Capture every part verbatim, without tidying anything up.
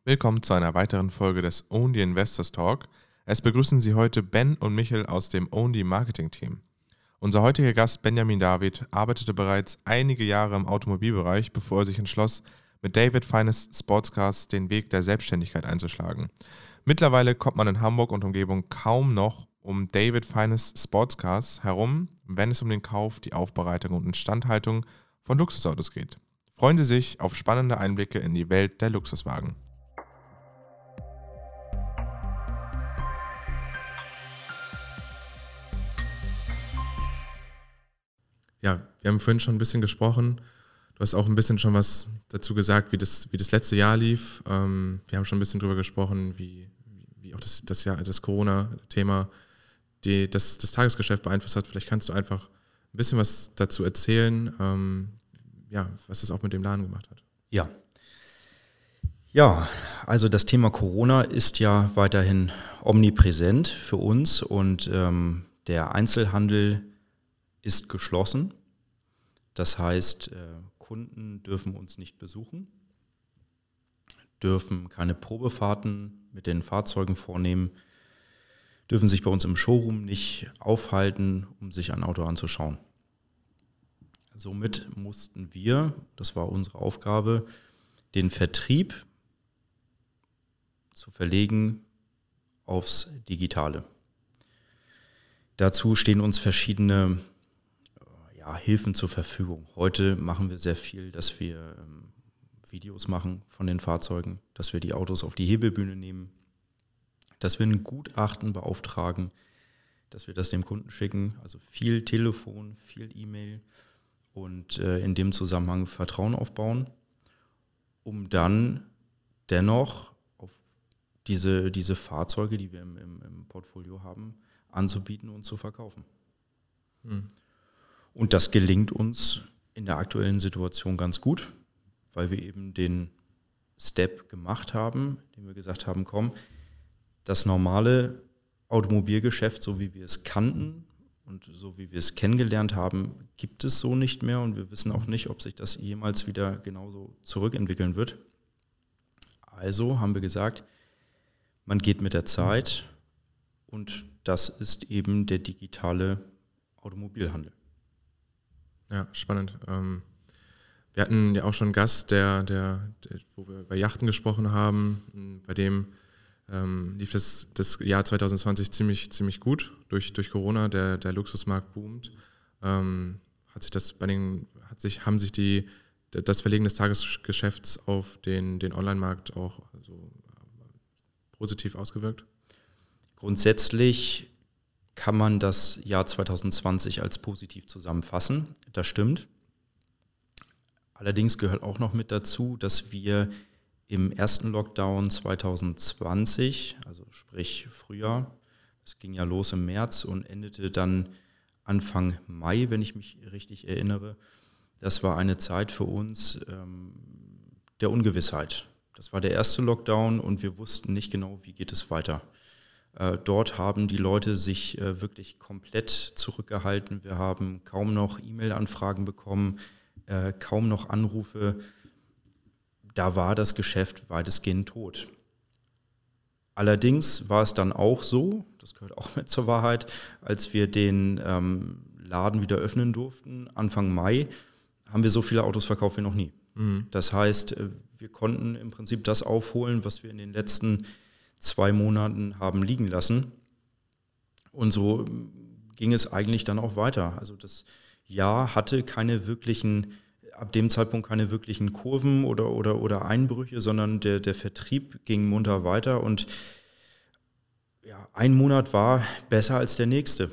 Willkommen zu einer weiteren Folge des Own the Investors Talk. Es begrüßen Sie heute Ben und Michel aus dem Own the Marketing Team. Unser heutiger Gast Benjamin David arbeitete bereits einige Jahre im Automobilbereich, bevor er sich entschloss, mit David Finest Sportscars den Weg der Selbstständigkeit einzuschlagen. Mittlerweile kommt man in Hamburg und Umgebung kaum noch um David Finest Sportscars herum, wenn es um den Kauf, die Aufbereitung und Instandhaltung von Luxusautos geht. Freuen Sie sich auf spannende Einblicke in die Welt der Luxuswagen. Ja, wir haben vorhin schon ein bisschen gesprochen. Du hast auch ein bisschen schon was dazu gesagt, wie das, wie das letzte Jahr lief. Ähm, wir haben schon ein bisschen drüber gesprochen, wie, wie auch das, das, Jahr, das Corona-Thema die, das, das Tagesgeschäft beeinflusst hat. Vielleicht kannst du einfach ein bisschen was dazu erzählen, ähm, ja, was das auch mit dem Laden gemacht hat. Ja. Ja, also das Thema Corona ist ja weiterhin omnipräsent für uns und ähm, der Einzelhandel ist geschlossen. Das heißt, Kunden dürfen uns nicht besuchen, dürfen keine Probefahrten mit den Fahrzeugen vornehmen, dürfen sich bei uns im Showroom nicht aufhalten, um sich ein Auto anzuschauen. Somit mussten wir, das war unsere Aufgabe, den Vertrieb zu verlegen aufs Digitale. Dazu stehen uns verschiedene Ja, Hilfen zur Verfügung. Heute machen wir sehr viel, dass wir ähm, Videos machen von den Fahrzeugen, dass wir die Autos auf die Hebelbühne nehmen, dass wir ein Gutachten beauftragen, dass wir das dem Kunden schicken. Also viel Telefon, viel E-Mail und äh, in dem Zusammenhang Vertrauen aufbauen, um dann dennoch auf diese, diese Fahrzeuge, die wir im, im, im Portfolio haben, anzubieten und zu verkaufen. Hm. Und das gelingt uns in der aktuellen Situation ganz gut, weil wir eben den Step gemacht haben, den wir gesagt haben, komm, das normale Automobilgeschäft, so wie wir es kannten und so wie wir es kennengelernt haben, gibt es so nicht mehr und wir wissen auch nicht, ob sich das jemals wieder genauso zurückentwickeln wird. Also haben wir gesagt, man geht mit der Zeit und das ist eben der digitale Automobilhandel. Ja, spannend. Ähm, wir hatten ja auch schon einen Gast, der, der, der, wo wir bei Yachten gesprochen haben, bei dem ähm, lief das, das Jahr zwanzig zwanzig ziemlich, ziemlich gut durch, durch Corona, der, der Luxusmarkt boomt. Ähm, hat sich das bei den, hat sich, haben sich die, das Verlegen des Tagesgeschäfts auf den, den Online-Markt auch so positiv ausgewirkt? Grundsätzlich kann man das Jahr zwanzig zwanzig als positiv zusammenfassen. Das stimmt. Allerdings gehört auch noch mit dazu, dass wir im ersten Lockdown zwanzig zwanzig, also sprich Frühjahr, es ging ja los im März und endete dann Anfang Mai, wenn ich mich richtig erinnere, das war eine Zeit für uns ähm, der Ungewissheit. Das war der erste Lockdown und wir wussten nicht genau, wie geht es weiter. Dort haben die Leute sich wirklich komplett zurückgehalten. Wir haben kaum noch E-Mail-Anfragen bekommen, kaum noch Anrufe. Da war das Geschäft weitestgehend tot. Allerdings war es dann auch so, das gehört auch mit zur Wahrheit, als wir den Laden wieder öffnen durften, Anfang Mai, haben wir so viele Autos verkauft wie noch nie. Mhm. Das heißt, wir konnten im Prinzip das aufholen, was wir in den letzten zwei Monaten haben liegen lassen. Und so ging es eigentlich dann auch weiter. Also das Jahr hatte keine wirklichen, ab dem Zeitpunkt keine wirklichen Kurven oder, oder, oder Einbrüche, sondern der, der Vertrieb ging munter weiter und ja, ein Monat war besser als der nächste.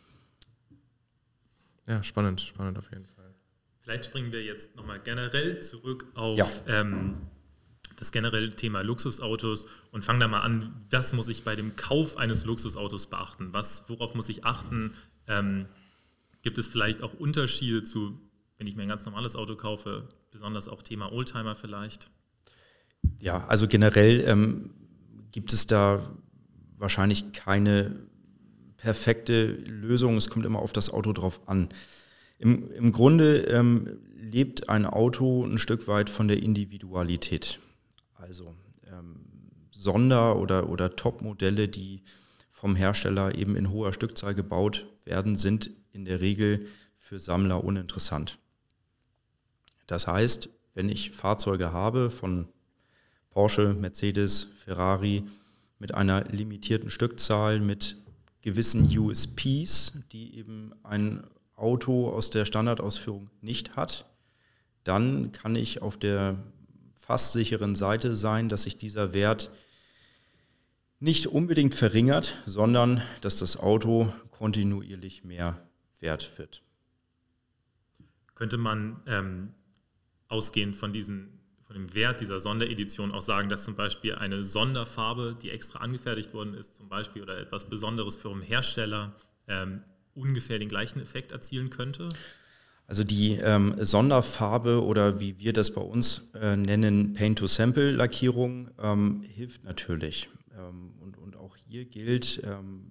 Ja, spannend, spannend auf jeden Fall. Vielleicht springen wir jetzt nochmal generell zurück auf ja. ähm, das generelle Thema Luxusautos und fangen da mal an, was muss ich bei dem Kauf eines Luxusautos beachten? Was, worauf muss ich achten? Ähm, gibt es vielleicht auch Unterschiede zu, wenn ich mir ein ganz normales Auto kaufe, besonders auch Thema Oldtimer vielleicht? Ja, also generell ähm, gibt es da wahrscheinlich keine perfekte Lösung. Es kommt immer auf das Auto drauf an. Im, im Grunde ähm, lebt ein Auto ein Stück weit von der Individualität. Also ähm, Sonder- oder, oder Top-Modelle, die vom Hersteller eben in hoher Stückzahl gebaut werden, sind in der Regel für Sammler uninteressant. Das heißt, wenn ich Fahrzeuge habe von Porsche, Mercedes, Ferrari mit einer limitierten Stückzahl, mit gewissen U S Ps, die eben ein Auto aus der Standardausführung nicht hat, dann kann ich auf der fast sicheren Seite sein, dass sich dieser Wert nicht unbedingt verringert, sondern dass das Auto kontinuierlich mehr wert wird. Könnte man ähm, ausgehend von, diesen, von dem Wert dieser Sonderedition auch sagen, dass zum Beispiel eine Sonderfarbe, die extra angefertigt worden ist, zum Beispiel oder etwas Besonderes für einen Hersteller, ähm, ungefähr den gleichen Effekt erzielen könnte? Also die ähm, Sonderfarbe oder wie wir das bei uns äh, nennen, Paint-to-Sample-Lackierung ähm, hilft natürlich. Ähm, und, und auch hier gilt, ähm,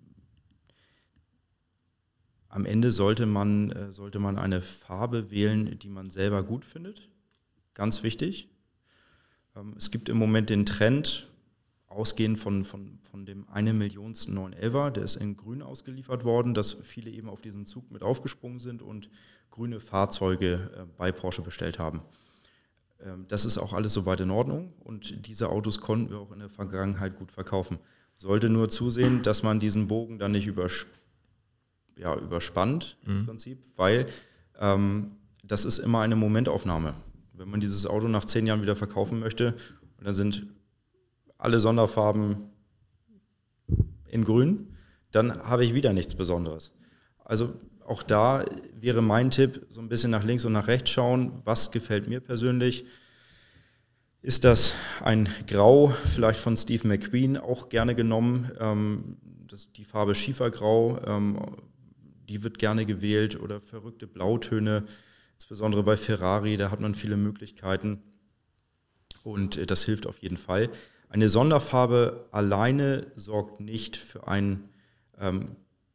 am Ende sollte man, äh, sollte man eine Farbe wählen, die man selber gut findet. Ganz wichtig. Ähm, es gibt im Moment den Trend, ausgehend von, von, von dem eine Millionsten neun elfer, der ist in grün ausgeliefert worden, dass viele eben auf diesen Zug mit aufgesprungen sind und grüne Fahrzeuge äh, bei Porsche bestellt haben. Ähm, das ist auch alles soweit in Ordnung und diese Autos konnten wir auch in der Vergangenheit gut verkaufen. Sollte nur zusehen, dass man diesen Bogen dann nicht übers- ja, überspannt mhm. im Prinzip, weil ähm, das ist immer eine Momentaufnahme. Wenn man dieses Auto nach zehn Jahren wieder verkaufen möchte und dann sind alle Sonderfarben in grün, dann habe ich wieder nichts Besonderes. Also auch da wäre mein Tipp, so ein bisschen nach links und nach rechts schauen, was gefällt mir persönlich. Ist das ein Grau, vielleicht von Steve McQueen, auch gerne genommen, ähm, das, die Farbe Schiefergrau, ähm, die wird gerne gewählt oder verrückte Blautöne, insbesondere bei Ferrari, da hat man viele Möglichkeiten und äh, das hilft auf jeden Fall. Eine Sonderfarbe alleine sorgt nicht für einen ähm,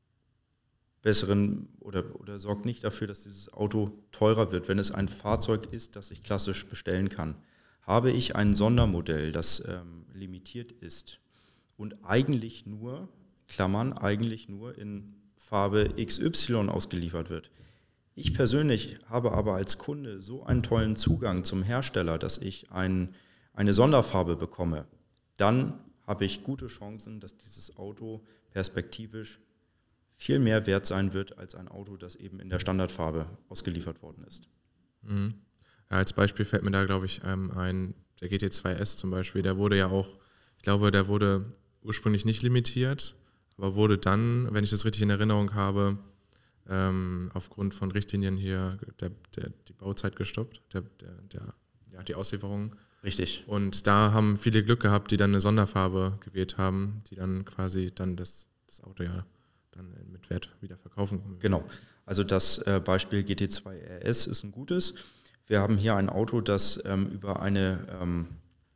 besseren oder, oder sorgt nicht dafür, dass dieses Auto teurer wird, wenn es ein Fahrzeug ist, das ich klassisch bestellen kann. Habe ich ein Sondermodell, das ähm, limitiert ist und eigentlich nur, Klammern, eigentlich nur in Farbe X Y ausgeliefert wird. Ich persönlich habe aber als Kunde so einen tollen Zugang zum Hersteller, dass ich ein, eine Sonderfarbe bekomme. Dann habe ich gute Chancen, dass dieses Auto perspektivisch viel mehr wert sein wird als ein Auto, das eben in der Standardfarbe ausgeliefert worden ist. Mhm. Ja, als Beispiel fällt mir da, glaube ich, ein, der G T zwei S zum Beispiel, der wurde ja auch, ich glaube, der wurde ursprünglich nicht limitiert, aber wurde dann, wenn ich das richtig in Erinnerung habe, ähm, aufgrund von Richtlinien hier der, der, die Bauzeit gestoppt, der, der, der, ja, die Auslieferung. Richtig. Und da haben viele Glück gehabt, die dann eine Sonderfarbe gewählt haben, die dann quasi dann das, das Auto ja dann mit Wert wieder verkaufen können. Genau. Also das äh, Beispiel G T zwei R S ist ein gutes. Wir haben hier ein Auto, das ähm, über eine ähm,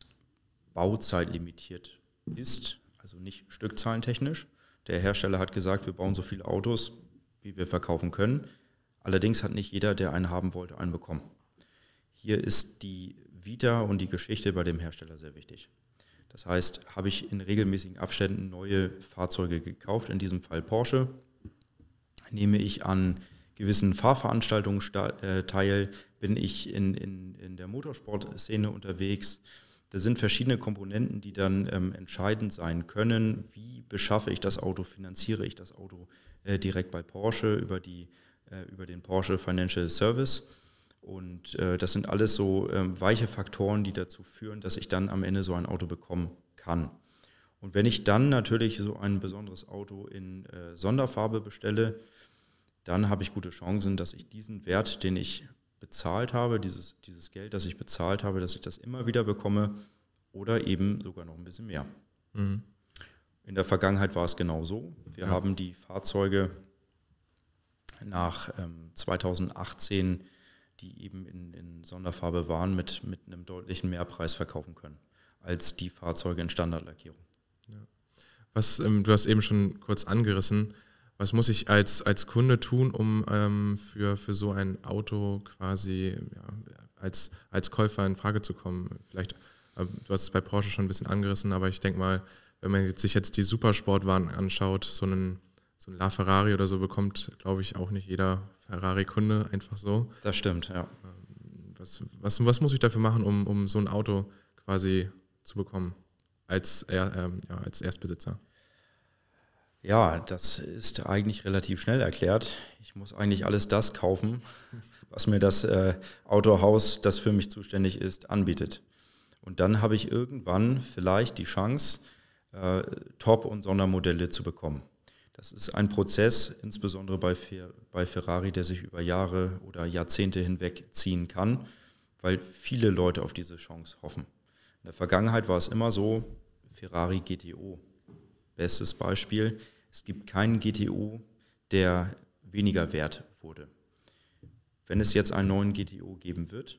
Bauzeit limitiert ist, also nicht stückzahlentechnisch. Der Hersteller hat gesagt, wir bauen so viele Autos, wie wir verkaufen können. Allerdings hat nicht jeder, der einen haben wollte, einen bekommen. Hier ist die Vita und die Geschichte bei dem Hersteller sehr wichtig. Das heißt, habe ich in regelmäßigen Abständen neue Fahrzeuge gekauft, in diesem Fall Porsche, nehme ich an gewissen Fahrveranstaltungen teil, bin ich in, in, in der Motorsportszene unterwegs. Da sind verschiedene Komponenten, die dann ähm, entscheidend sein können. Wie beschaffe ich das Auto, finanziere ich das Auto äh, direkt bei Porsche über, die, äh, über den Porsche Financial Service. Und äh, das sind alles so ähm, weiche Faktoren, die dazu führen, dass ich dann am Ende so ein Auto bekommen kann. Und wenn ich dann natürlich so ein besonderes Auto in äh, Sonderfarbe bestelle, dann habe ich gute Chancen, dass ich diesen Wert, den ich bezahlt habe, dieses, dieses Geld, das ich bezahlt habe, dass ich das immer wieder bekomme oder eben sogar noch ein bisschen mehr. Mhm. In der Vergangenheit war es genau so. Wir ja. haben die Fahrzeuge nach ähm, zweitausendachtzehn, die eben in, in Sonderfarbe waren, mit, mit einem deutlichen Mehrpreis verkaufen können, als die Fahrzeuge in Standardlackierung. Ja. Was, ähm, du hast eben schon kurz angerissen, was muss ich als, als Kunde tun, um ähm, für, für so ein Auto quasi ja, als, als Käufer in Frage zu kommen? Vielleicht Du hast es bei Porsche schon ein bisschen angerissen, aber ich denke mal, wenn man jetzt sich jetzt die Supersportwagen anschaut, so einen so ein LaFerrari oder so bekommt, glaube ich, auch nicht jeder Ferrari-Kunde einfach so. Das stimmt, ja. Was, was, was muss ich dafür machen, um, um so ein Auto quasi zu bekommen als, ähm, ja, als Erstbesitzer? Ja, das ist eigentlich relativ schnell erklärt. Ich muss eigentlich alles das kaufen, was mir das äh, Autohaus, das für mich zuständig ist, anbietet. Und dann habe ich irgendwann vielleicht die Chance, äh, Top- und Sondermodelle zu bekommen. Das ist ein Prozess, insbesondere bei, bei Ferrari, der sich über Jahre oder Jahrzehnte hinweg ziehen kann, weil viele Leute auf diese Chance hoffen. In der Vergangenheit war es immer so, Ferrari G T O. Bestes Beispiel, es gibt keinen G T O, der weniger wert wurde. Wenn es jetzt einen neuen G T O geben wird,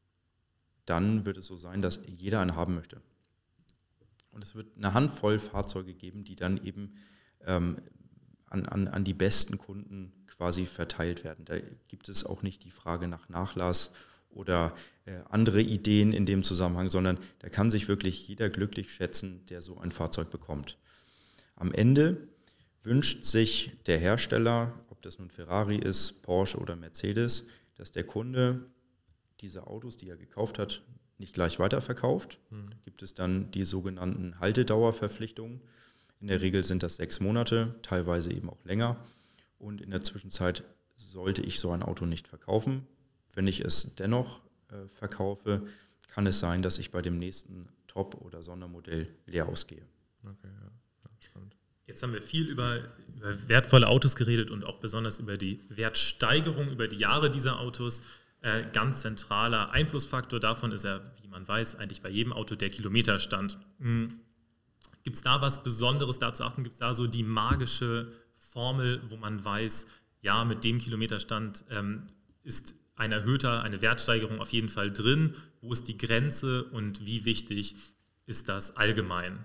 dann wird es so sein, dass jeder einen haben möchte. Und es wird eine Handvoll Fahrzeuge geben, die dann eben ähm, an, an, an die besten Kunden quasi verteilt werden. Da gibt es auch nicht die Frage nach Nachlass oder äh, andere Ideen in dem Zusammenhang, sondern da kann sich wirklich jeder glücklich schätzen, der so ein Fahrzeug bekommt. Am Ende wünscht sich der Hersteller, ob das nun Ferrari ist, Porsche oder Mercedes, dass der Kunde diese Autos, die er gekauft hat, nicht gleich weiterverkauft. Mhm. Da gibt es dann die sogenannten Haltedauerverpflichtungen. In der Regel sind das sechs Monate, teilweise eben auch länger. Und in der Zwischenzeit sollte ich so ein Auto nicht verkaufen. Wenn ich es dennoch äh, verkaufe, kann es sein, dass ich bei dem nächsten Top- oder Sondermodell leer ausgehe. Okay, ja. Ja, spannend. Jetzt haben wir viel über, über wertvolle Autos geredet und auch besonders über die Wertsteigerung über die Jahre dieser Autos. Äh, ganz zentraler Einflussfaktor davon ist ja, wie man weiß, eigentlich bei jedem Auto der Kilometerstand. Hm. Gibt es da was Besonderes da zu achten? Gibt es da so die magische Formel, wo man weiß, ja, mit dem Kilometerstand ähm, ist ein erhöhter, eine Wertsteigerung auf jeden Fall drin? Wo ist die Grenze und wie wichtig ist das allgemein?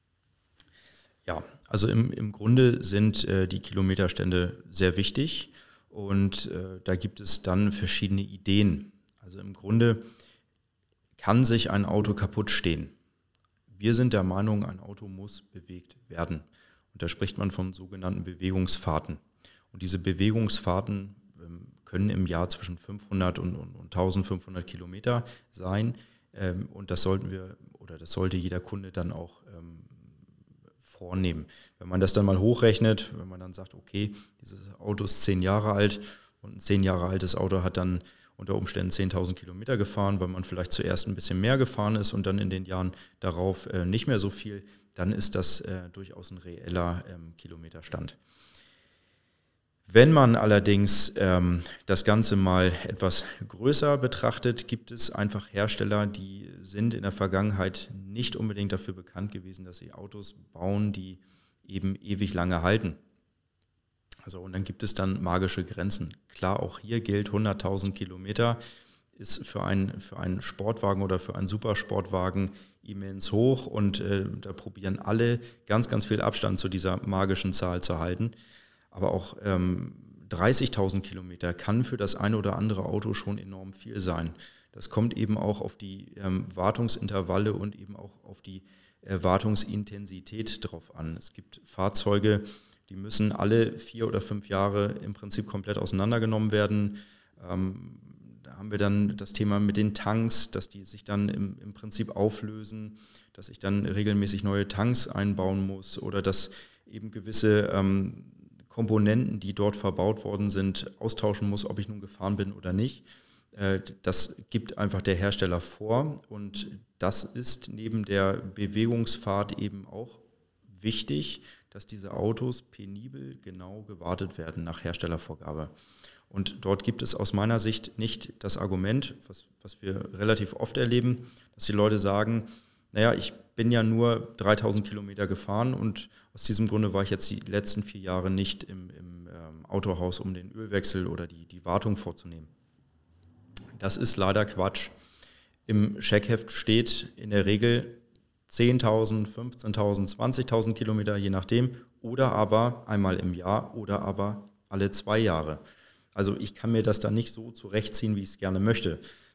Ja, also im, im Grunde sind äh, die Kilometerstände sehr wichtig und äh, da gibt es dann verschiedene Ideen. Also im Grunde kann sich ein Auto kaputt stehen. Wir sind der Meinung, ein Auto muss bewegt werden. Und da spricht man von sogenannten Bewegungsfahrten. Und diese Bewegungsfahrten ähm, können im Jahr zwischen fünfhundert und, und, und eintausendfünfhundert Kilometer sein. Ähm, und das sollten wir, oder das sollte jeder Kunde dann auch ähm, vornehmen. Wenn man das dann mal hochrechnet, wenn man dann sagt, okay, dieses Auto ist zehn Jahre alt und ein zehn Jahre altes Auto hat dann unter Umständen zehntausend Kilometer gefahren, weil man vielleicht zuerst ein bisschen mehr gefahren ist und dann in den Jahren darauf äh, nicht mehr so viel, dann ist das äh, durchaus ein reeller ähm, Kilometerstand. Wenn man allerdings ähm, das Ganze mal etwas größer betrachtet, gibt es einfach Hersteller, die sind in der Vergangenheit nicht unbedingt dafür bekannt gewesen, dass sie Autos bauen, die eben ewig lange halten. Also und dann gibt es dann magische Grenzen. Klar, auch hier gilt, hunderttausend Kilometer ist für einen, für einen Sportwagen oder für einen Supersportwagen immens hoch und äh, da probieren alle ganz, ganz viel Abstand zu dieser magischen Zahl zu halten. Aber auch ähm, dreißigtausend Kilometer kann für das eine oder andere Auto schon enorm viel sein. Das kommt eben auch auf die ähm, Wartungsintervalle und eben auch auf die äh, Wartungsintensität drauf an. Es gibt Fahrzeuge, die müssen alle vier oder fünf Jahre im Prinzip komplett auseinandergenommen werden. Ähm, da haben wir dann das Thema mit den Tanks, dass die sich dann im, im Prinzip auflösen, dass ich dann regelmäßig neue Tanks einbauen muss oder dass eben gewisse ähm, Komponenten, die dort verbaut worden sind, austauschen muss, ob ich nun gefahren bin oder nicht. Äh, das gibt einfach der Hersteller vor und das ist neben der Bewegungsfahrt eben auch wichtig, dass diese Autos penibel genau gewartet werden nach Herstellervorgabe. Und dort gibt es aus meiner Sicht nicht das Argument, was, was wir relativ oft erleben, dass die Leute sagen, naja, ich bin ja nur dreitausend Kilometer gefahren und aus diesem Grunde war ich jetzt die letzten vier Jahre nicht im, im ähm, Autohaus, um den Ölwechsel oder die, die Wartung vorzunehmen. Das ist leider Quatsch. Im Checkheft steht in der Regel zehntausend, fünfzehntausend, zwanzigtausend Kilometer, je nachdem, oder aber einmal im Jahr oder aber alle zwei Jahre. Also ich kann mir das da nicht so zurechtziehen, wie ich es gerne möchte.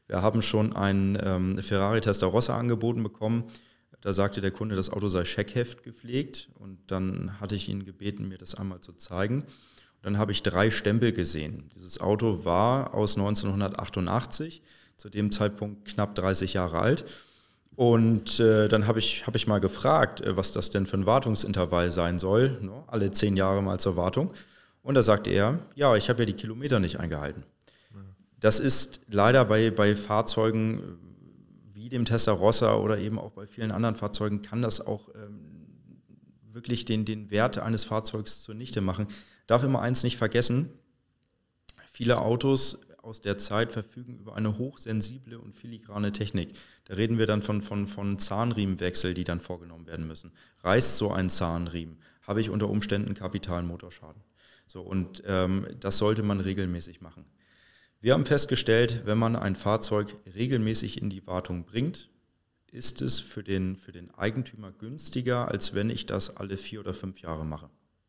Wir haben schon einen ähm, Ferrari Testarossa angeboten bekommen. Da sagte der Kunde, das Auto sei Scheckheft gepflegt. Und dann hatte ich ihn gebeten, mir das einmal zu zeigen. Und dann habe ich drei Stempel gesehen. Dieses Auto war aus neunzehnhundertachtundachtzig, zu dem Zeitpunkt knapp dreißig Jahre alt. Und äh, dann habe ich, hab ich mal gefragt, äh, was das denn für ein Wartungsintervall sein soll. Ne? Alle zehn Jahre mal zur Wartung. Und da sagte er, ja, ich habe ja die Kilometer nicht eingehalten. Das ist leider bei, bei Fahrzeugen wie dem Testarossa oder eben auch bei vielen anderen Fahrzeugen, kann das auch ähm, wirklich den, den Wert eines Fahrzeugs zunichte machen. Darf immer eins nicht vergessen, viele Autos aus der Zeit verfügen über eine hochsensible und filigrane Technik. Da reden wir dann von, von, von Zahnriemenwechsel, die dann vorgenommen werden müssen. Reißt so ein Zahnriemen, habe ich unter Umständen kapitalen Motorschaden. So, und ähm, das sollte man regelmäßig machen. Wir haben festgestellt, wenn man ein Fahrzeug regelmäßig in die Wartung bringt, ist es für den, für den Eigentümer günstiger, als wenn ich das alle vier oder fünf Jahre mache.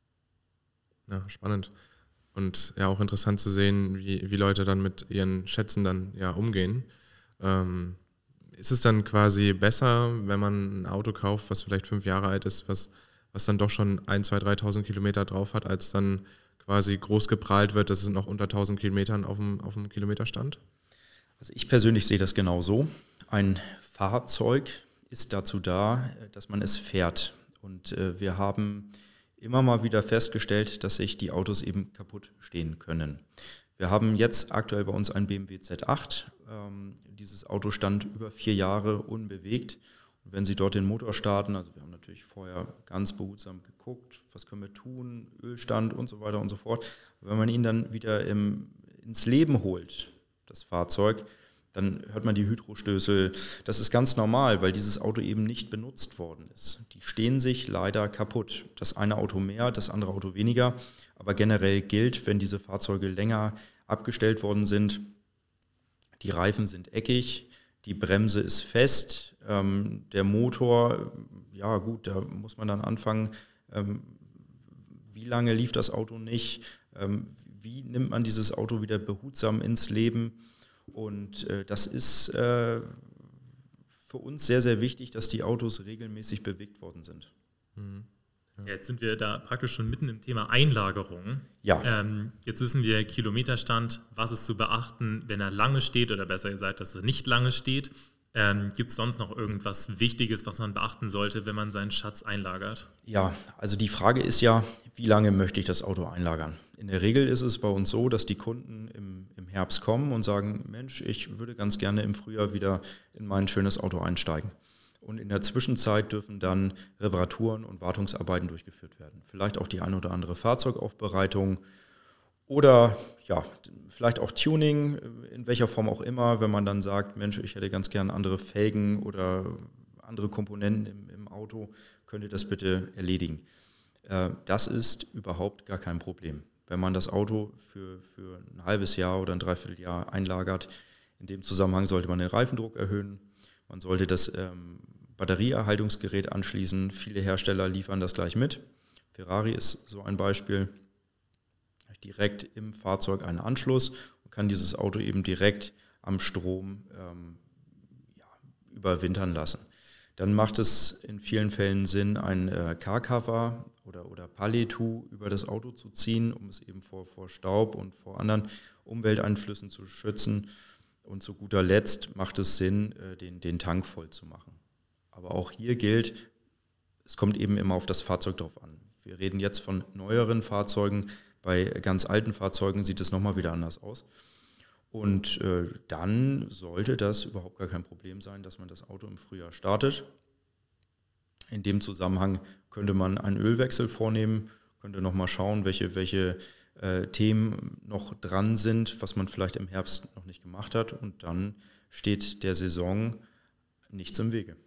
Ja, spannend. Und ja, auch interessant zu sehen, wie, wie Leute dann mit ihren Schätzen dann ja umgehen. Ähm, ist es dann quasi besser, wenn man ein Auto kauft, was vielleicht fünf Jahre alt ist, was, was dann doch schon ein, zwei, dreitausend Kilometer drauf hat, als dann quasi groß geprahlt wird, dass es noch unter tausend Kilometern auf dem, auf dem Kilometerstand? Also ich persönlich sehe das genau so. Ein Fahrzeug ist dazu da, dass man es fährt. Und äh, wir haben immer mal wieder festgestellt, dass sich die Autos eben kaputt stehen können. Wir haben jetzt aktuell bei uns ein B M W Z acht. Ähm, dieses Auto stand über vier Jahre unbewegt. Und wenn Sie dort den Motor starten, also wir haben natürlich vorher ganz behutsam geguckt, was können wir tun, Ölstand und so weiter und so fort. Wenn man ihn dann wieder im, ins Leben holt, das Fahrzeug, dann hört man die Hydrostößel. Das ist ganz normal, weil dieses Auto eben nicht benutzt worden ist. Die stehen sich leider kaputt. Das eine Auto mehr, das andere Auto weniger. Aber generell gilt, wenn diese Fahrzeuge länger abgestellt worden sind, die Reifen sind eckig, die Bremse ist fest, ähm, der Motor, ja gut, da muss man dann anfangen, ähm, wie lange lief das Auto nicht, ähm, wie nimmt man dieses Auto wieder behutsam ins Leben. Und äh, das ist äh, für uns sehr, sehr wichtig, dass die Autos regelmäßig bewegt worden sind. Mhm. Ja. Jetzt sind wir da praktisch schon mitten im Thema Einlagerung. Ja. Ähm, jetzt wissen wir Kilometerstand, was ist zu beachten, wenn er lange steht oder besser gesagt, dass er nicht lange steht. Ähm, gibt es sonst noch irgendwas Wichtiges, was man beachten sollte, wenn man seinen Schatz einlagert? Ja, also die Frage ist ja, wie lange möchte ich das Auto einlagern? In der Regel ist es bei uns so, dass die Kunden im, im Herbst kommen und sagen, Mensch, ich würde ganz gerne im Frühjahr wieder in mein schönes Auto einsteigen. Und in der Zwischenzeit dürfen dann Reparaturen und Wartungsarbeiten durchgeführt werden. Vielleicht auch die ein oder andere Fahrzeugaufbereitung oder ja, vielleicht auch Tuning, in welcher Form auch immer, wenn man dann sagt, Mensch, ich hätte ganz gerne andere Felgen oder andere Komponenten im, im Auto, könnt ihr das bitte erledigen. Äh, das ist überhaupt gar kein Problem. Wenn man das Auto für, für ein halbes Jahr oder ein Dreivierteljahr einlagert, in dem Zusammenhang sollte man den Reifendruck erhöhen. Man sollte das ähm, Batterieerhaltungsgerät anschließen. Viele Hersteller liefern das gleich mit. Ferrari ist so ein Beispiel. Direkt im Fahrzeug einen Anschluss und kann dieses Auto eben direkt am Strom ähm, ja, überwintern lassen. Dann macht es in vielen Fällen Sinn, ein äh, Car-Cover oder, oder Paletu über das Auto zu ziehen, um es eben vor, vor Staub und vor anderen Umwelteinflüssen zu schützen. Und zu guter Letzt macht es Sinn, den, den Tank voll zu machen. Aber auch hier gilt, es kommt eben immer auf das Fahrzeug drauf an. Wir reden jetzt von neueren Fahrzeugen. Bei ganz alten Fahrzeugen sieht es nochmal wieder anders aus. Und äh, dann sollte das überhaupt gar kein Problem sein, dass man das Auto im Frühjahr startet. In dem Zusammenhang könnte man einen Ölwechsel vornehmen, könnte nochmal schauen, welche, welche äh, Themen noch dran sind, was man vielleicht im Herbst noch nicht gemacht hat. Und dann steht der Saison nichts im Wege.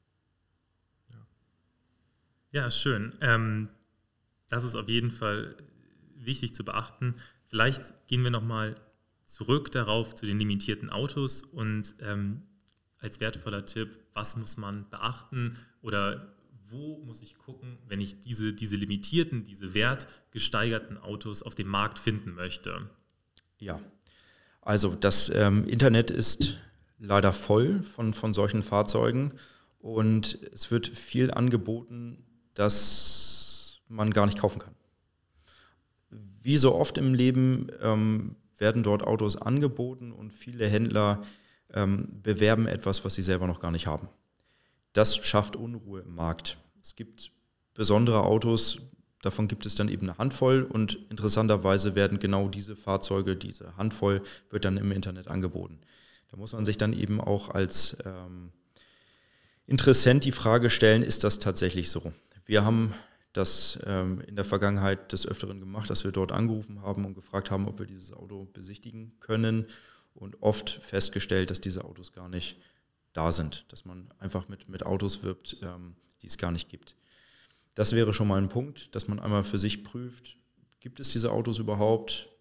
Ja, schön. Ähm, das ist auf jeden Fall wichtig zu beachten. Vielleicht gehen wir nochmal zurück darauf zu den limitierten Autos und ähm, als wertvoller Tipp, was muss man beachten oder wo muss ich gucken, wenn ich diese, diese limitierten, diese wertgesteigerten Autos auf dem Markt finden möchte? Ja, also das ähm, Internet ist leider voll von, von solchen Fahrzeugen und es wird viel angeboten, das man gar nicht kaufen kann. Wie so oft im Leben ähm, werden dort Autos angeboten und viele Händler ähm, bewerben etwas, was sie selber noch gar nicht haben. Das schafft Unruhe im Markt. Es gibt besondere Autos, davon gibt es dann eben eine Handvoll und interessanterweise werden genau diese Fahrzeuge, diese Handvoll, wird dann im Internet angeboten. Da muss man sich dann eben auch als ähm, Interessent die Frage stellen, ist das tatsächlich so? Wir haben das ähm, in der Vergangenheit des Öfteren gemacht, dass wir dort angerufen haben und gefragt haben, ob wir dieses Auto besichtigen können und oft festgestellt, dass diese Autos gar nicht da sind, dass man einfach mit, mit Autos wirbt, ähm, die es gar nicht gibt. Das wäre schon mal ein Punkt, dass man einmal für sich prüft, gibt es diese Autos überhaupt?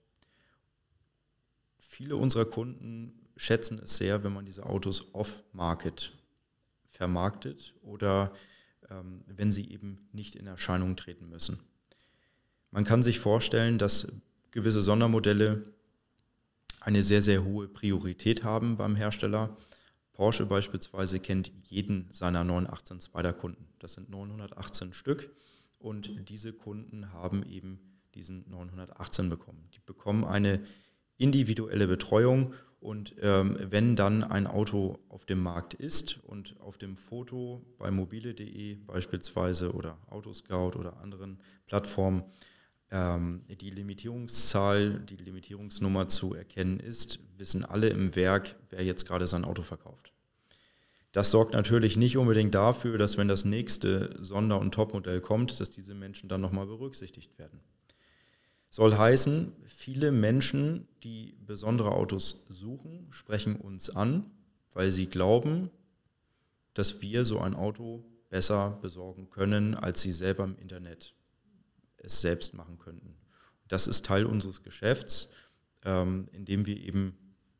Viele unserer Kunden schätzen es sehr, wenn man diese Autos off-market vermarktet oder ähm, wenn sie eben nicht in Erscheinung treten müssen. Man kann sich vorstellen, dass gewisse Sondermodelle eine sehr, sehr hohe Priorität haben beim Hersteller. Porsche beispielsweise kennt jeden seiner neunhundertachtzehn Spider-Kunden. Das sind neunhundertachtzehn Stück und diese Kunden haben eben diesen neunhundertachtzehn bekommen. Die bekommen eine individuelle Betreuung und ähm, wenn dann ein Auto auf dem Markt ist und auf dem Foto bei mobile punkt de beispielsweise oder Autoscout oder anderen Plattformen ähm, die Limitierungszahl, die Limitierungsnummer zu erkennen ist, wissen alle im Werk, wer jetzt gerade sein Auto verkauft. Das sorgt natürlich nicht unbedingt dafür, dass wenn das nächste Sonder- und Topmodell kommt, dass diese Menschen dann nochmal berücksichtigt werden. Soll heißen, viele Menschen, die besondere Autos suchen, sprechen uns an, weil sie glauben, dass wir so ein Auto besser besorgen können, als sie selber im Internet es selbst machen könnten. Das ist Teil unseres Geschäfts, ähm, indem wir eben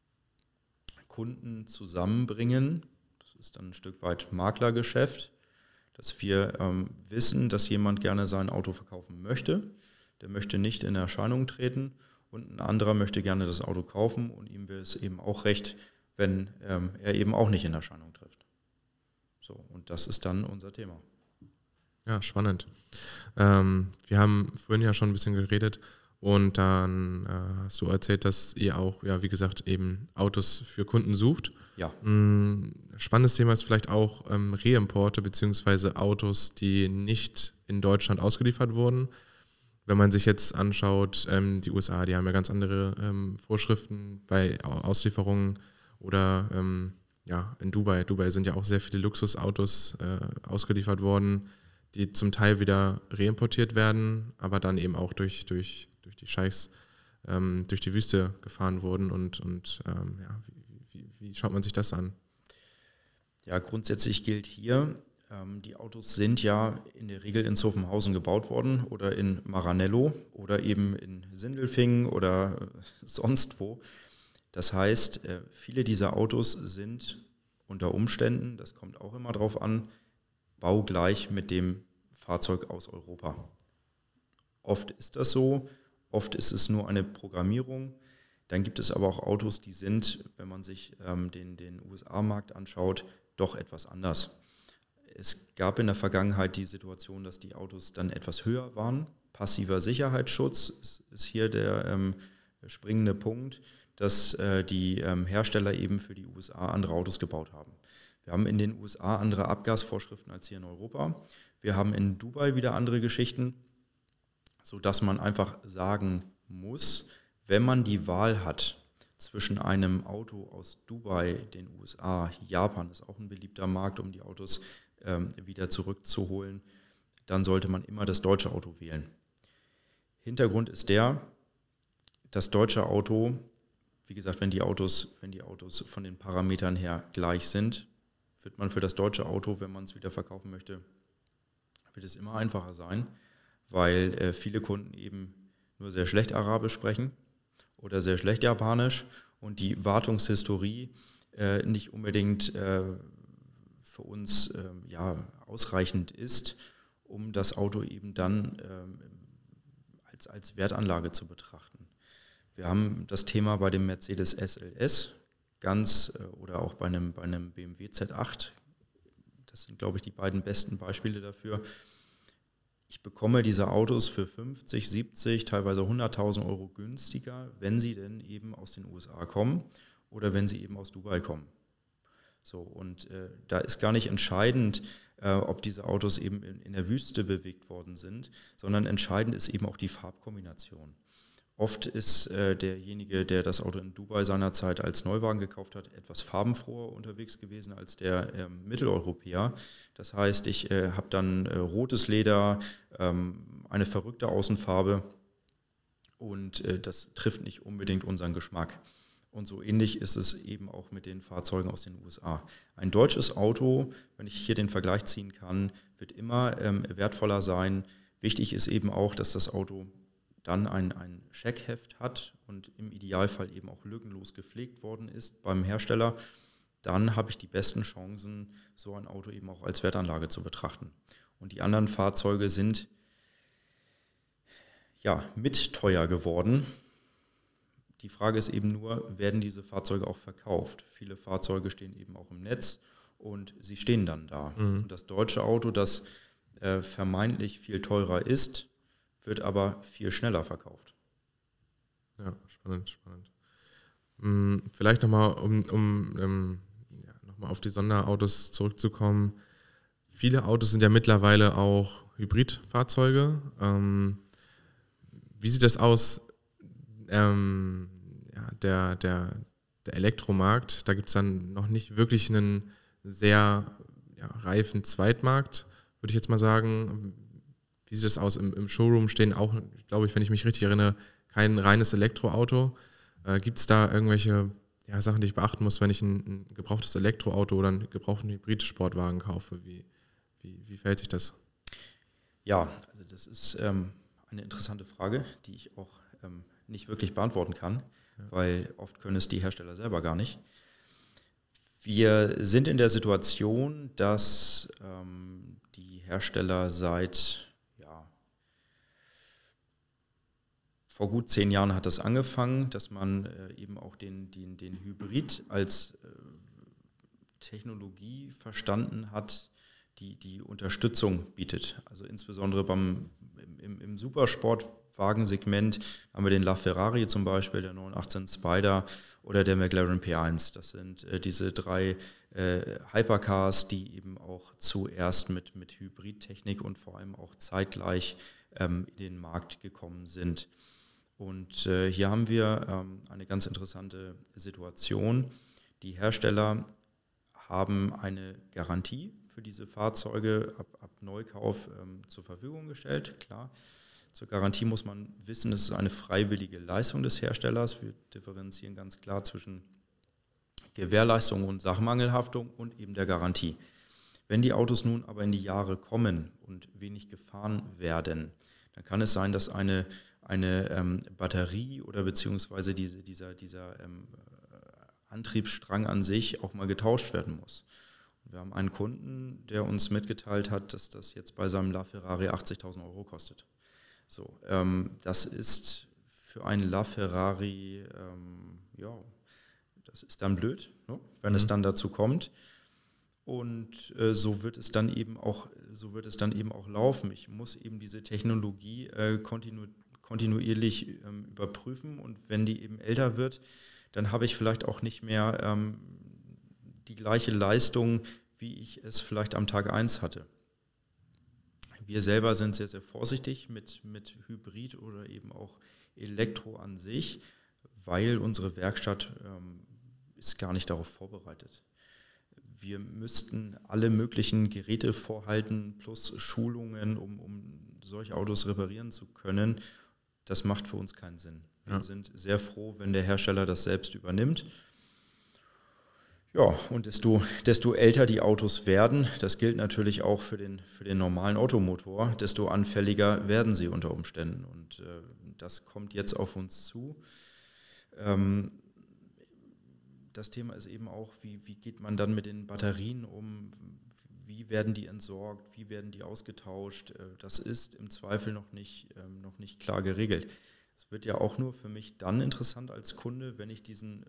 Kunden zusammenbringen. Das ist dann ein Stück weit Maklergeschäft, dass wir ähm, wissen, dass jemand gerne sein Auto verkaufen möchte. Der möchte nicht in Erscheinung treten und ein anderer möchte gerne das Auto kaufen und ihm wäre es eben auch recht, wenn ähm, er eben auch nicht in Erscheinung trifft. So, und das ist dann unser Thema. Ja, spannend. Ähm, wir haben vorhin ja schon ein bisschen geredet und dann äh, hast du erzählt, dass ihr auch, ja, wie gesagt, eben Autos für Kunden sucht. Ja. Mm, spannendes Thema ist vielleicht auch ähm, Reimporte beziehungsweise Autos, die nicht in Deutschland ausgeliefert wurden. Wenn man sich jetzt anschaut, ähm, die U S A, die haben ja ganz andere ähm, Vorschriften bei Auslieferungen oder ähm, ja, in Dubai. Dubai sind ja auch sehr viele Luxusautos äh, ausgeliefert worden, die zum Teil wieder reimportiert werden, aber dann eben auch durch, durch, durch die Scheichs ähm, durch die Wüste gefahren wurden. Und, und ähm, ja, wie, wie, wie schaut man sich das an? Ja, grundsätzlich gilt hier, ähm, die Autos sind ja in der Regel in Zuffenhausen gebaut worden oder in Maranello oder eben in Sindelfingen oder äh, sonst wo. Das heißt, äh, viele dieser Autos sind unter Umständen, das kommt auch immer drauf an, baugleich mit dem Fahrzeug aus Europa. Oft ist das so, oft ist es nur eine Programmierung. Dann gibt es aber auch Autos, die sind, wenn man sich ähm, den, den U S A-Markt anschaut, doch etwas anders. Es gab in der Vergangenheit die Situation, dass die Autos dann etwas höher waren. Passiver Sicherheitsschutz ist, ist hier der ähm, springende Punkt, dass äh, die ähm, Hersteller eben für die U S A andere Autos gebaut haben. Wir haben in den U S A andere Abgasvorschriften als hier in Europa. Wir haben in Dubai wieder andere Geschichten, sodass man einfach sagen muss, wenn man die Wahl hat zwischen einem Auto aus Dubai, den U S A, Japan ist auch ein beliebter Markt, um die Autos ähm, wieder zurückzuholen, dann sollte man immer das deutsche Auto wählen. Hintergrund ist der, das deutsche Auto, wie gesagt, wenn die Autos, wenn die Autos von den Parametern her gleich sind, wird man für das deutsche Auto, wenn man es wieder verkaufen möchte, wird es immer einfacher sein, weil äh, viele Kunden eben nur sehr schlecht Arabisch sprechen oder sehr schlecht Japanisch und die Wartungshistorie äh, nicht unbedingt äh, für uns äh, ja, ausreichend ist, um das Auto eben dann äh, als, als Wertanlage zu betrachten. Wir haben das Thema bei dem Mercedes S L S, ganz, äh, oder auch bei einem, bei einem B M W Z acht, das sind, glaube ich, die beiden besten Beispiele dafür. Ich bekomme diese Autos für fünfzig, siebzig, teilweise hunderttausend Euro günstiger, wenn sie denn eben aus den U S A kommen oder wenn sie eben aus Dubai kommen. So, und äh, da ist gar nicht entscheidend, äh, ob diese Autos eben in, in der Wüste bewegt worden sind, sondern entscheidend ist eben auch die Farbkombination. Oft ist äh, derjenige, der das Auto in Dubai seinerzeit als Neuwagen gekauft hat, etwas farbenfroher unterwegs gewesen als der äh, Mitteleuropäer. Das heißt, ich äh, habe dann äh, rotes Leder, ähm, eine verrückte Außenfarbe und äh, das trifft nicht unbedingt unseren Geschmack. Und so ähnlich ist es eben auch mit den Fahrzeugen aus den U S A. Ein deutsches Auto, wenn ich hier den Vergleich ziehen kann, wird immer ähm, wertvoller sein. Wichtig ist eben auch, dass das Auto dann ein, ein Checkheft hat und im Idealfall eben auch lückenlos gepflegt worden ist beim Hersteller. Dann habe ich die besten Chancen, so ein Auto eben auch als Wertanlage zu betrachten. Und die anderen Fahrzeuge sind ja mit teuer geworden. Die Frage ist eben nur, werden diese Fahrzeuge auch verkauft? Viele Fahrzeuge stehen eben auch im Netz und sie stehen dann da. Mhm. Und das deutsche Auto, das äh, vermeintlich viel teurer ist, wird aber viel schneller verkauft. Ja, spannend, spannend. Hm, vielleicht nochmal, um, um ähm, ja, nochmal auf die Sonderautos zurückzukommen. Viele Autos sind ja mittlerweile auch Hybridfahrzeuge. Ähm, wie sieht das aus? Ähm, ja, der, der, der Elektromarkt, da gibt es dann noch nicht wirklich einen sehr ja, reifen Zweitmarkt, würde ich jetzt mal sagen. Wie sieht das aus? Im, im Showroom stehen auch, glaube ich, wenn ich mich richtig erinnere, kein reines Elektroauto. Äh, gibt es da irgendwelche ja, Sachen, die ich beachten muss, wenn ich ein, ein gebrauchtes Elektroauto oder einen gebrauchten Hybrid-Sportwagen kaufe? Wie, wie, wie verhält sich das? Ja, also das ist ähm, eine interessante Frage, die ich auch ähm, nicht wirklich beantworten kann, ja. weil oft können es die Hersteller selber gar nicht. Wir sind in der Situation, dass ähm, die Hersteller seit vor gut zehn Jahren hat das angefangen, dass man äh, eben auch den, den, den Hybrid als äh, Technologie verstanden hat, die die Unterstützung bietet. Also insbesondere beim, im, im Supersportwagensegment haben wir den LaFerrari zum Beispiel, der neun achtzehn Spider oder der McLaren P eins. Das sind äh, diese drei äh, Hypercars, die eben auch zuerst mit, mit Hybridtechnik und vor allem auch zeitgleich ähm, in den Markt gekommen sind. Und äh, hier haben wir ähm, eine ganz interessante Situation. Die Hersteller haben eine Garantie für diese Fahrzeuge ab, ab Neukauf ähm, zur Verfügung gestellt. Klar, zur Garantie muss man wissen, es ist eine freiwillige Leistung des Herstellers. Wir differenzieren ganz klar zwischen Gewährleistung und Sachmangelhaftung und eben der Garantie. Wenn die Autos nun aber in die Jahre kommen und wenig gefahren werden, dann kann es sein, dass eine eine ähm, Batterie oder beziehungsweise diese, dieser, dieser ähm, Antriebsstrang an sich auch mal getauscht werden muss. Und wir haben einen Kunden, der uns mitgeteilt hat, dass das jetzt bei seinem LaFerrari achtzigtausend Euro kostet. So, ähm, das ist für einen LaFerrari, ähm, ja, das ist dann blöd, ne, wenn mhm. es dann dazu kommt. Und äh, so wird es dann eben auch, so wird es dann eben auch laufen. Ich muss eben diese Technologie äh, kontinu- kontinuierlich ähm, überprüfen und wenn die eben älter wird, dann habe ich vielleicht auch nicht mehr ähm, die gleiche Leistung, wie ich es vielleicht am Tag eins hatte. Wir selber sind sehr, sehr vorsichtig mit, mit Hybrid oder eben auch Elektro an sich, weil unsere Werkstatt ähm, ist gar nicht darauf vorbereitet. Wir müssten alle möglichen Geräte vorhalten, plus Schulungen, um, um solche Autos reparieren zu können. Das macht für uns keinen Sinn. Wir ja. sind sehr froh, wenn der Hersteller das selbst übernimmt. Ja, und desto, desto älter die Autos werden, das gilt natürlich auch für den, für den normalen Automotor, desto anfälliger werden sie unter Umständen. Und äh, das kommt jetzt auf uns zu. Ähm, das Thema ist eben auch, wie, wie geht man dann mit den Batterien um? Wie werden die entsorgt? Wie werden die ausgetauscht? Das ist im Zweifel noch nicht, ähm, noch nicht klar geregelt. Es wird ja auch nur für mich dann interessant als Kunde, wenn ich diesen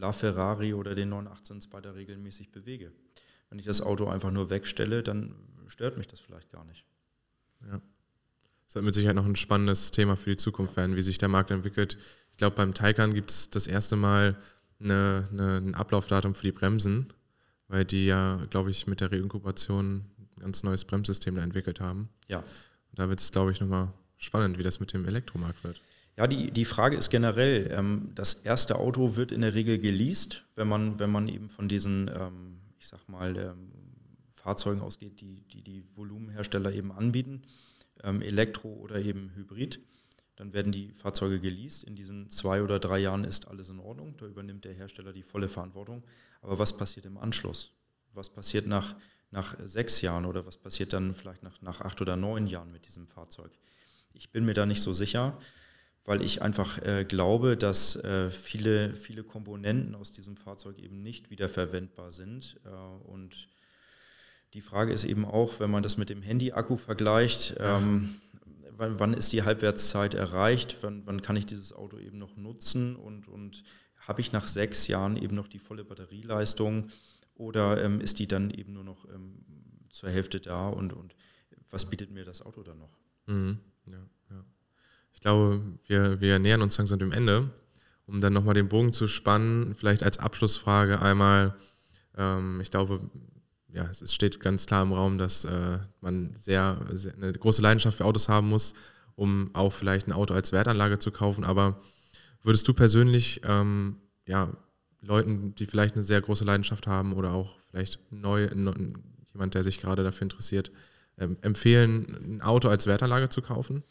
LaFerrari oder den neun achtzehn Spider regelmäßig bewege. Wenn ich das Auto einfach nur wegstelle, dann stört mich das vielleicht gar nicht. Ja. Das wird mit Sicherheit noch ein spannendes Thema für die Zukunft werden, wie sich der Markt entwickelt. Ich glaube, beim Taycan gibt es das erste Mal eine, eine, ein Ablaufdatum für die Bremsen, weil die ja, glaube ich, mit der Reinkubation ein ganz neues Bremssystem da entwickelt haben. Ja. Und da wird es, glaube ich, nochmal spannend, wie das mit dem Elektromarkt wird. Ja, die, die Frage ist generell, ähm, das erste Auto wird in der Regel geleast, wenn man, wenn man eben von diesen, ähm, ich sag mal, ähm, Fahrzeugen ausgeht, die, die die Volumenhersteller eben anbieten, ähm, Elektro oder eben Hybrid. Dann werden die Fahrzeuge geleast. In diesen zwei oder drei Jahren ist alles in Ordnung. Da übernimmt der Hersteller die volle Verantwortung. Aber was passiert im Anschluss? Was passiert nach, nach sechs Jahren oder was passiert dann vielleicht nach, nach acht oder neun Jahren mit diesem Fahrzeug? Ich bin mir da nicht so sicher, weil ich einfach äh, glaube, dass äh, viele, viele Komponenten aus diesem Fahrzeug eben nicht wiederverwendbar sind. Äh, und die Frage ist eben auch, wenn man das mit dem Handy-Akku vergleicht, ähm, wann, wann ist die Halbwertszeit erreicht, wann, wann kann ich dieses Auto eben noch nutzen und, und habe ich nach sechs Jahren eben noch die volle Batterieleistung oder ähm, ist die dann eben nur noch ähm, zur Hälfte da und, und was bietet mir das Auto dann noch? Mhm. Ja, ja. Ich glaube, wir, wir nähern uns langsam dem Ende. Um dann nochmal den Bogen zu spannen, vielleicht als Abschlussfrage einmal, ähm, ich glaube, ja, es steht ganz klar im Raum, dass äh, man sehr, sehr eine große Leidenschaft für Autos haben muss, um auch vielleicht ein Auto als Wertanlage zu kaufen. Aber würdest du persönlich ähm, ja, Leuten, die vielleicht eine sehr große Leidenschaft haben oder auch vielleicht neu, ne, jemand, der sich gerade dafür interessiert, ähm, empfehlen, ein Auto als Wertanlage zu kaufen?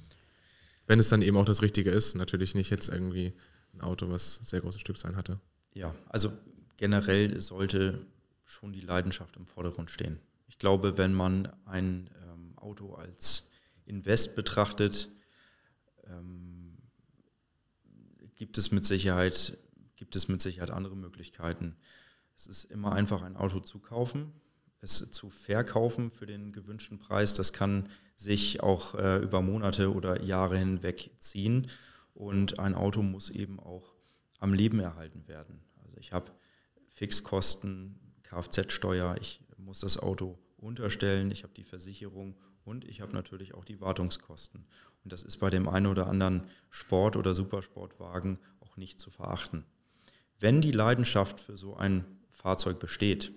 Wenn es dann eben auch das Richtige ist, natürlich nicht jetzt irgendwie ein Auto, was sehr große Stückzahlen hatte. Ja, also generell sollte schon die Leidenschaft im Vordergrund stehen. Ich glaube, wenn man ein ähm, Auto als Invest betrachtet, ähm, gibt es mit Sicherheit, gibt es mit Sicherheit andere Möglichkeiten. Es ist immer einfach, ein Auto zu kaufen, es zu verkaufen für den gewünschten Preis. Das kann sich auch äh, über Monate oder Jahre hinweg ziehen. Und ein Auto muss eben auch am Leben erhalten werden. Also ich habe Fixkosten, Kfz-Steuer, ich muss das Auto unterstellen, ich habe die Versicherung und ich habe natürlich auch die Wartungskosten. Und das ist bei dem einen oder anderen Sport- oder Supersportwagen auch nicht zu verachten. Wenn die Leidenschaft für so ein Fahrzeug besteht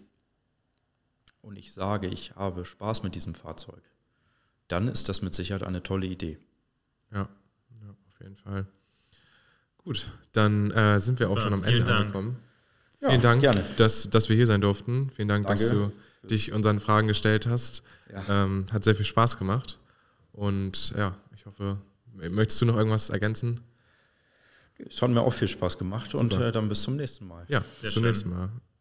und ich sage, ich habe Spaß mit diesem Fahrzeug, dann ist das mit Sicherheit eine tolle Idee. Ja, ja, auf jeden Fall. Gut, dann äh, sind wir auch ja, schon am Ende Dank. angekommen. Ja, vielen Dank, gerne. Dass, dass wir hier sein durften. Vielen Dank, Danke. dass du dich unseren Fragen gestellt hast. Ja. Ähm, hat sehr viel Spaß gemacht. Und ja, ich hoffe, möchtest du noch irgendwas ergänzen? Es hat mir auch viel Spaß gemacht. Super. Und äh, dann bis zum nächsten Mal. Ja, bis zum nächsten Mal.